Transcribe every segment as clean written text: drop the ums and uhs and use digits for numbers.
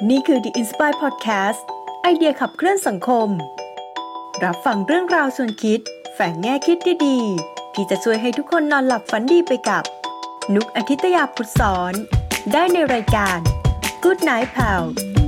นี่คือ The Inspire Podcast ไอเดียขับเคลื่อนสังคมรับฟังเรื่องราวส่วนคิดแฝงแง่คิดดีๆที่จะช่วยให้ทุกคนนอนหลับฝันดีไปกับนุกอาทิตยาพุทธสอนได้ในรายการ Good Night Pal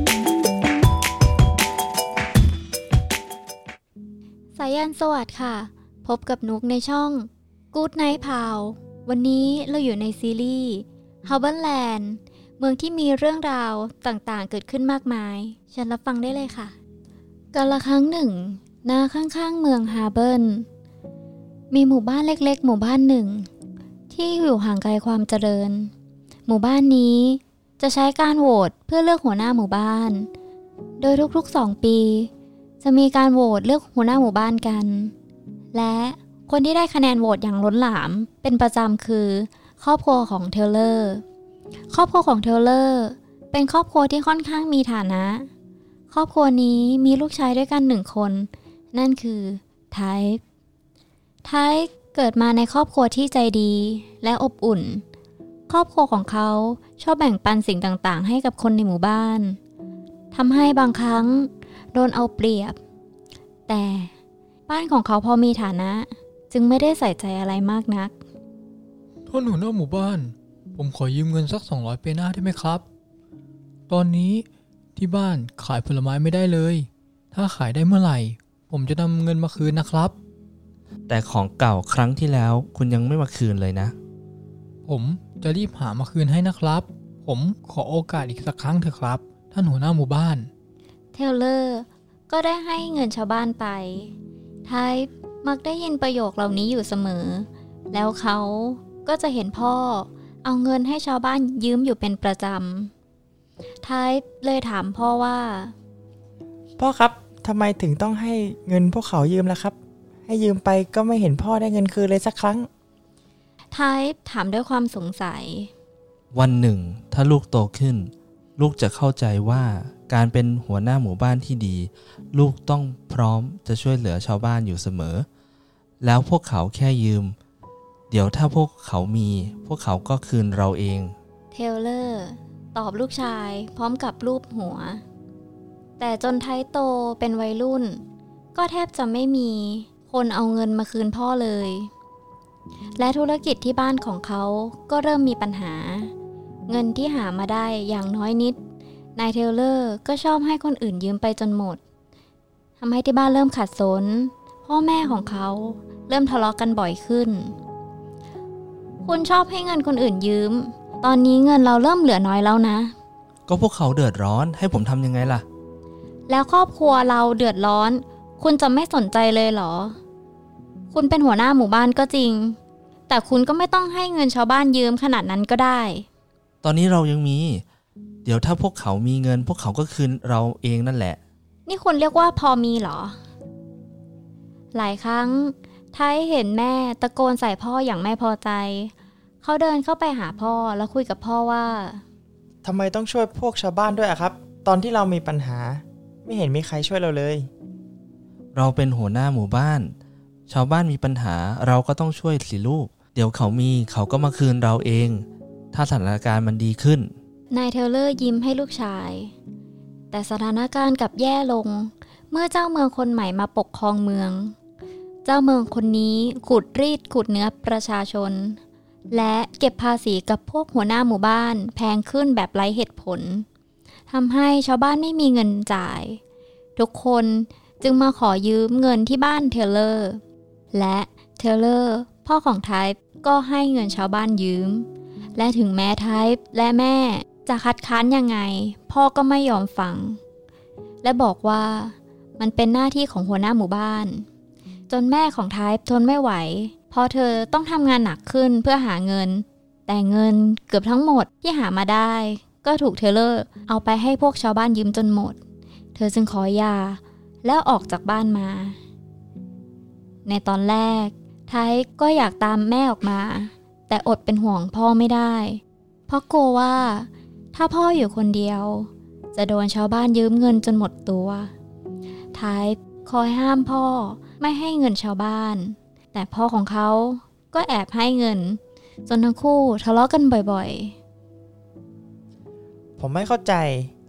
สายันสวัสดิ์ค่ะพบกับนุกในช่อง Good Night Pal วันนี้เราอยู่ในซีรีส์ Harborland เมืองที่มีเรื่องราวต่างๆเกิดขึ้นมากมายเชิญรับฟังได้เลยค่ะกาลครั้งหนึ่งณข้างๆเมืองฮาร์เบิร์นมีหมู่บ้านเล็กๆหมู่บ้านหนึ่งที่อยู่ห่างไกลความเจริญหมู่บ้านนี้จะใช้การโหวตเพื่อเลือกหัวหน้าหมู่บ้านโดยทุกๆ2 ปีจะมีการโหวตเลือกหัวหน้าหมู่บ้านกันและคนที่ได้คะแนนโหวตอย่างล้นหลามเป็นประจำคือครอบครัวของเทเลอร์ครอบครัวของเทเลอร์เป็นครอบครัวที่ค่อนข้างมีฐานะครอบครัวนี้มีลูกชายด้วยกัน1 คนนั่นคือไทป์เกิดมาในครอบครัวที่ใจดีและอบอุ่นครอบครัวของเขาชอบแบ่งปันสิ่งต่างๆให้กับคนในหมู่บ้านทำให้บางครั้งโดนเอาเปรียบแต่บ้านของเขาพอมีฐานะจึงไม่ได้ใส่ใจอะไรมากนักท่านหัวหน้าหมู่บ้านผมขอยืมเงินสัก200 เปน่าได้ไหมครับตอนนี้ที่บ้านขายผลไม้ไม่ได้เลยถ้าขายได้เมื่อไหร่ผมจะนำเงินมาคืนนะครับแต่ของเก่าครั้งที่แล้วคุณยังไม่มาคืนเลยนะผมจะรีบหามาคืนให้นะครับผมขอโอกาสอีกสักครั้งเถอะครับท่านหัวหน้าหมู่บ้านเทเลอร์ก็ได้ให้เงินชาวบ้านไปไทป์มักได้ยินประโยคเหล่านี้อยู่เสมอแล้วเขาก็จะเห็นพ่อเอาเงินให้ชาวบ้านยืมอยู่เป็นประจำไทป์เลยถามพ่อว่าพ่อครับทำไมถึงต้องให้เงินพวกเขายืมล่ะครับให้ยืมไปก็ไม่เห็นพ่อได้เงินคืนเลยสักครั้งไทป์ถามด้วยความสงสัยวันหนึ่งถ้าลูกโตขึ้นลูกจะเข้าใจว่าการเป็นหัวหน้าหมู่บ้านที่ดีลูกต้องพร้อมจะช่วยเหลือชาวบ้านอยู่เสมอแล้วพวกเขาแค่ยืมเดี๋ยวถ้าพวกเขามีพวกเขาก็คืนเราเองเทเลอร์ตอบลูกชายพร้อมกับรูปหัวแต่จนไทป์โตเป็นวัยรุ่นก็แทบจะไม่มีคนเอาเงินมาคืนพ่อเลยและธุรกิจที่บ้านของเขาก็เริ่มมีปัญหาเงินที่หามาได้อย่างน้อยนิดนายเทเลอร์ก็ชอบให้คนอื่นยืมไปจนหมดทำให้ที่บ้านเริ่มขัดสนพ่อแม่ของเขาเริ่มทะเลาะกันบ่อยขึ้นคุณชอบให้เงินคนอื่นยืมตอนนี้เงินเราเริ่มเหลือน้อยแล้วนะก็พวกเขาเดือดร้อนให้ผมทำยังไงล่ะแล้วครอบครัวเราเดือดร้อนคุณจะไม่สนใจเลยเหรอคุณเป็นหัวหน้าหมู่บ้านก็จริงแต่คุณก็ไม่ต้องให้เงินชาวบ้านยืมขนาดนั้นก็ได้ตอนนี้เรายังมีเดี๋ยวถ้าพวกเขามีเงินพวกเขาก็คืนเราเองนั่นแหละนี่คุณเรียกว่าพอมีเหรอหลายครั้งไทป์เห็นแม่ตะโกนใส่พ่ออย่างไม่พอใจเขาเดินเข้าไปหาพ่อแล้วคุยกับพ่อว่าทำไมต้องช่วยพวกชาวบ้านด้วยอะครับตอนที่เรามีปัญหาไม่เห็นมีใครช่วยเราเลยเราเป็นหัวหน้าหมู่บ้านชาวบ้านมีปัญหาเราก็ต้องช่วยสิลูกเดี๋ยวเขามีเขาก็มาคืนเราเองถ้าสถานการณ์มันดีขึ้นนายเทเลอร์ยิ้มให้ลูกชายแต่สถานการณ์กลับแย่ลงเมื่อเจ้าเมืองคนใหม่มาปกครองเมืองเจ้าเมืองคนนี้ขูดรีดขูดเนื้อประชาชนและเก็บภาษีกับพวกหัวหน้าหมู่บ้านแพงขึ้นแบบไร้เหตุผลทำให้ชาวบ้านไม่มีเงินจ่ายทุกคนจึงมาขอยืมเงินที่บ้านเทเลอร์และเทเลอร์พ่อของไทป์ก็ให้เงินชาวบ้านยืมและถึงแม้ไทป์และแม่จะคัดค้านยังไงพ่อก็ไม่ยอมฟังและบอกว่ามันเป็นหน้าที่ของหัวหน้าหมู่บ้านจนแม่ของไทป์ทนไม่ไหวเพราะเธอต้องทำงานหนักขึ้นเพื่อหาเงินแต่เงินเกือบทั้งหมดที่หามาได้ก็ถูกเทเลอร์เอาไปให้พวกชาวบ้านยืมจนหมดเธอจึงขอหย่าแล้วออกจากบ้านมาในตอนแรกไทป์ก็อยากตามแม่ออกมาแต่อดเป็นห่วงพ่อไม่ได้เพราะกลัวว่าถ้าพ่ออยู่คนเดียวจะโดนชาวบ้านยืมเงินจนหมดตัวไทป์คอยห้ามพ่อไม่ให้เงินชาวบ้านแต่พ่อของเขาก็แอบให้เงินจนทั้งคู่ทะเลาะกันบ่อยๆผมไม่เข้าใจ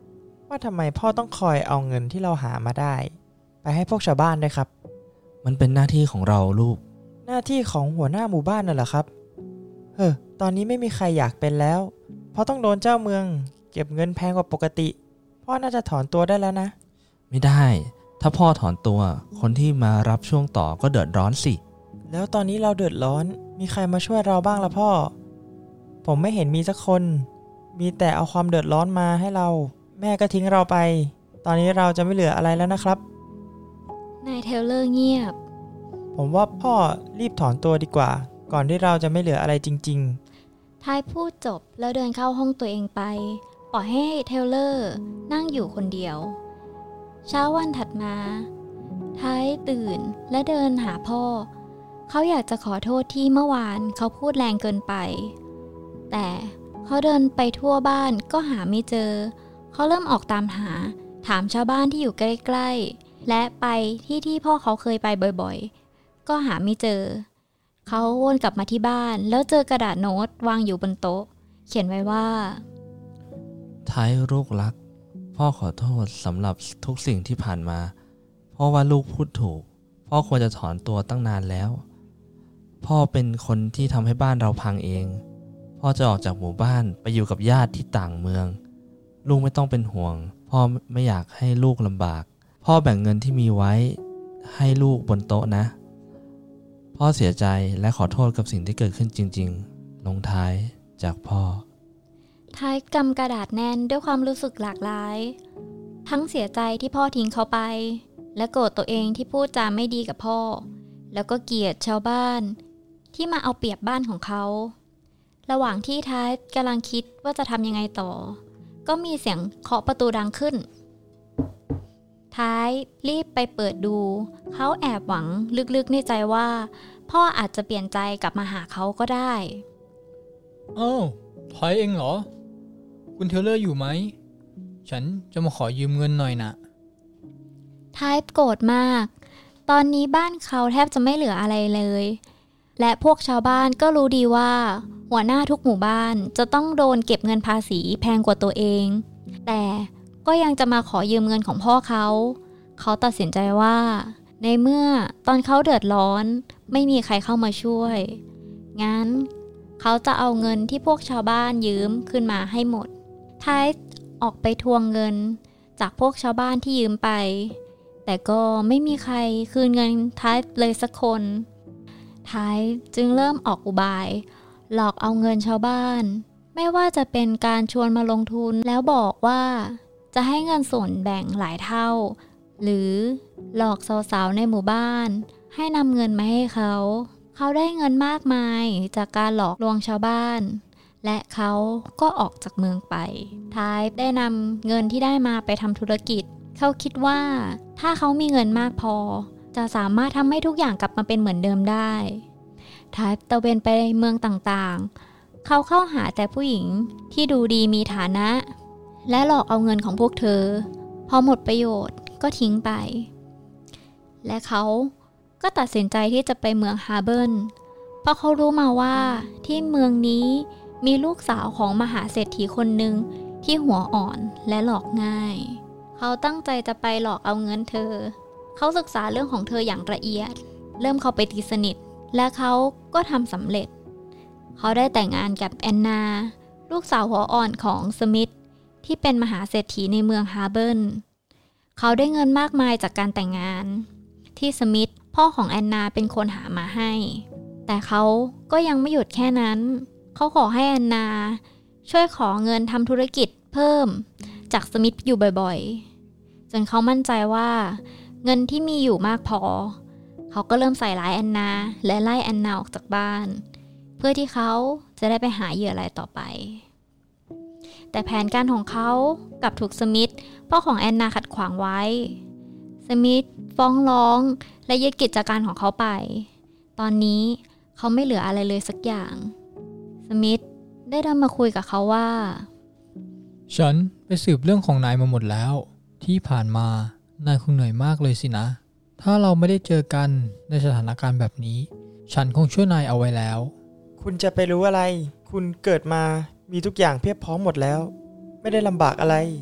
ว่าทำไมพ่อต้องคอยเอาเงินที่เราหามาได้ไปให้พวกชาวบ้านด้วยครับมันเป็นหน้าที่ของเราลูกหน้าที่ของหัวหน้าหมู่บ้านน่ะเหรอครับตอนนี้ไม่มีใครอยากเป็นแล้วเพราะต้องโดนเจ้าเมืองเก็บเงินแพงกว่าปกติพ่อน่าจะถอนตัวได้แล้วนะไม่ได้ถ้าพ่อถอนตัวคนที่มารับช่วงต่อก็เดือดร้อนสิแล้วตอนนี้เราเดือดร้อนมีใครมาช่วยเราบ้างล่ะพ่อผมไม่เห็นมีสักคนมีแต่เอาความเดือดร้อนมาให้เราแม่ก็ทิ้งเราไปตอนนี้เราจะไม่เหลืออะไรแล้วนะครับนายเทเลอร์เงียบผมว่าพ่อรีบถอนตัวดีกว่าก่อนที่เราจะไม่เหลืออะไรจริงๆทายพูดจบแล้วเดินเข้าห้องตัวเองไปปล่อยให้เทเลอร์นั่งอยู่คนเดียวเช้าวันถัดมาทายตื่นและเดินหาพ่อเขาอยากจะขอโทษที่เมื่อวานเขาพูดแรงเกินไปแต่เขาเดินไปทั่วบ้านก็หาไม่เจอเขาเริ่มออกตามหาถามชาวบ้านที่อยู่ใกล้ๆและไปที่พ่อเขาเคยไปบ่อยๆก็หาไม่เจอเขาวนกลับมาที่บ้านแล้วเจอกระดาษโน้ตวางอยู่บนโต๊ะเขียนไว้ว่าท้ายลูกรักพ่อขอโทษสำหรับทุกสิ่งที่ผ่านมาพ่อว่าลูกพูดถูกพ่อควรจะถอนตัวตั้งนานแล้วพ่อเป็นคนที่ทำให้บ้านเราพังเองพ่อจะออกจากหมู่บ้านไปอยู่กับญาติที่ต่างเมืองลูกไม่ต้องเป็นห่วงพ่อไม่อยากให้ลูกลำบากพ่อแบ่งเงินที่มีไว้ให้ลูกบนโต๊ะนะพ่อเสียใจและขอโทษกับสิ่งที่เกิดขึ้นจริงๆลงท้ายจากพ่อท้ายกำกระดาษแน่นด้วยความรู้สึกหลากหลายทั้งเสียใจที่พ่อทิ้งเขาไปและโกรธตัวเองที่พูดจาไม่ดีกับพ่อแล้วก็เกลียดชาวบ้านที่มาเอาเปรียบบ้านของเขาระหว่างที่ท้ายกำลังคิดว่าจะทำยังไงต่อก็มีเสียงเคาะประตูดังขึ้นท้ายรีบไปเปิดดูเขาแอบหวังลึกๆในใจว่าพ่ออาจจะเปลี่ยนใจกลับมาหาเขาก็ได้อ้าวท้ายเองเหรอคุณเทเลอร์อยู่ไหมฉันจะมาขอยืมเงินหน่อยนะท้ายโกรธมากตอนนี้บ้านเขาแทบจะไม่เหลืออะไรเลยและพวกชาวบ้านก็รู้ดีว่าหัวหน้าทุกหมู่บ้านจะต้องโดนเก็บเงินภาษีแพงกว่าตัวเองแต่ก็ยังจะมาขอยืมเงินของพ่อเขาตัดสินใจว่าในเมื่อตอนเขาเดือดร้อนไม่มีใครเข้ามาช่วยงั้นเขาจะเอาเงินที่พวกชาวบ้านยืมขึ้นมาให้หมดท้ายออกไปทวงเงินจากพวกชาวบ้านที่ยืมไปแต่ก็ไม่มีใครคืนเงินท้ายเลยสักคนท้ายจึงเริ่มออกอุบายหลอกเอาเงินชาวบ้านไม่ว่าจะเป็นการชวนมาลงทุนแล้วบอกว่าจะให้เงินส่วนแบ่งหลายเท่าหรือหลอกสาวๆในหมู่บ้านให้นำเงินมาให้เขาได้เงินมากมายจากการหลอกลวงชาวบ้านและเขาก็ออกจากเมืองไปท้ายได้นำเงินที่ได้มาไปทำธุรกิจเขาคิดว่าถ้าเขามีเงินมากพอจะสามารถทำให้ทุกอย่างกลับมาเป็นเหมือนเดิมได้ท้ายตะเวนไปเมืองต่างๆเขาเข้าหาแต่ผู้หญิงที่ดูดีมีฐานะและหลอกเอาเงินของพวกเธอพอหมดประโยชน์ก็ทิ้งไปและเขาก็ตัดสินใจที่จะไปเมืองฮาร์เบิร์นเพราะเขารู้มาว่าที่เมืองนี้มีลูกสาวของมหาเศรษฐีคนหนึ่งที่หัวอ่อนและหลอกง่ายเขาตั้งใจจะไปหลอกเอาเงินเธอเขาศึกษาเรื่องของเธออย่างละเอียดเริ่มเข้าไปตีสนิทและเขาก็ทำสำเร็จเขาได้แต่งงานกับแอนนาลูกสาวหัวอ่อนของสมิธที่เป็นมหาเศรษฐีในเมืองฮาร์เบิร์นเขาได้เงินมากมายจากการแต่งงานที่สมิธพ่อของแอนนาเป็นคนหามาให้แต่เขาก็ยังไม่หยุดแค่นั้นเขาขอให้แอนนาช่วยขอเงินทำธุรกิจเพิ่มจากสมิธอยู่บ่อยๆจนเขามั่นใจว่าเงินที่มีอยู่มากพอเขาก็เริ่มใส่ร้ายแอนนาและไล่แอนนาออกจากบ้านเพื่อที่เขาจะได้ไปหาเหยื่อรายต่อไปแต่แผนการของเขากลับถูกสมิธพ่อของแอนนาขัดขวางไว้สมิธฟ้องร้องและยึดกิจการของเขาไปตอนนี้เขาไม่เหลืออะไรเลยสักอย่างสมิธได้เดินมาคุยกับเขาว่าฉันไปสืบเรื่องของนายมาหมดแล้วที่ผ่านมานายคงเหนื่อยมากเลยสินะถ้าเราไม่ได้เจอกันในสถานการณ์แบบนี้ฉันคงช่วยนายเอาไว้แล้วคุณจะไปรู้อะไรคุณเกิดมามีทุกอย่างเพียบพร้อมหมดแล้วไม่ได้ลำบากอะไร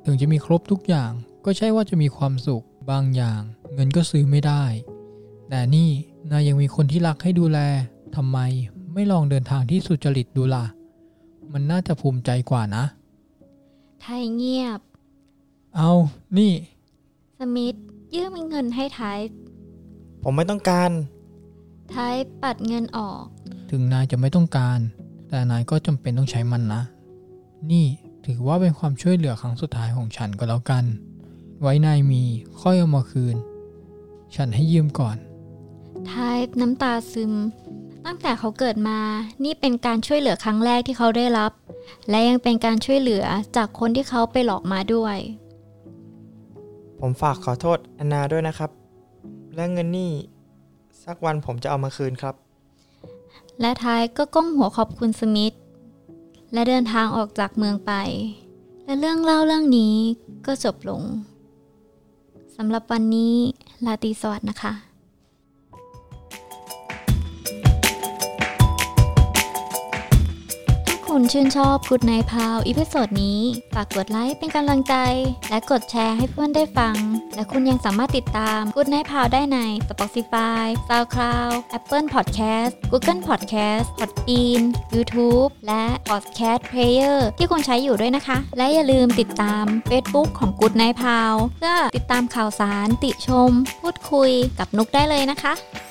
ถึงจะมีครบทุกอย่างก็ใช่ว่าจะมีความสุขบางอย่างเงินก็ซื้อไม่ได้แต่นี่นายยังมีคนที่รักให้ดูแลทำไมไม่ลองเดินทางที่สุจริตดูล่ะมันน่าจะภูมิใจกว่านะไทยเงียบเอานี่สมิธยื่นเงินให้ไทยผมไม่ต้องการไทยปัดเงินออกถึงนายจะไม่ต้องการแต่นายก็จำเป็นต้องใช้มันนะนี่ถือว่าเป็นความช่วยเหลือครั้งสุดท้ายของฉันก็แล้วกันไว้นายมีค่อยเอามาคืนฉันให้ยืมก่อนไทยน้ำตาซึมตั้งแต่เขาเกิดมานี่เป็นการช่วยเหลือครั้งแรกที่เขาได้รับและยังเป็นการช่วยเหลือจากคนที่เขาไปหลอกมาด้วยผมฝากขอโทษแอนนาด้วยนะครับและเงินนี่สักวันผมจะเอามาคืนครับและไทยก็ก้มหัวขอบคุณสมิธและเดินทางออกจากเมืองไปและเรื่องเล่าเรื่องนี้ก็จบลงสำหรับวันนี้ราตรีสวัสดิ์นะคะคุณชื่นชอบ Good Night Pal อีพิโซดนี้ฝากกดไลค์เป็นกำลังใจและกดแชร์ให้เพื่อนได้ฟังและคุณยังสามารถติดตาม Good Night Pal ได้ใน Spotify, SoundCloud, Apple Podcast, Google Podcast, Podbean, YouTube และ Podcast Player ที่คุณใช้อยู่ด้วยนะคะและอย่าลืมติดตาม Facebook ของ Good Night Pal เพื่อติดตามข่าวสารติชมพูดคุยกับนุกได้เลยนะคะ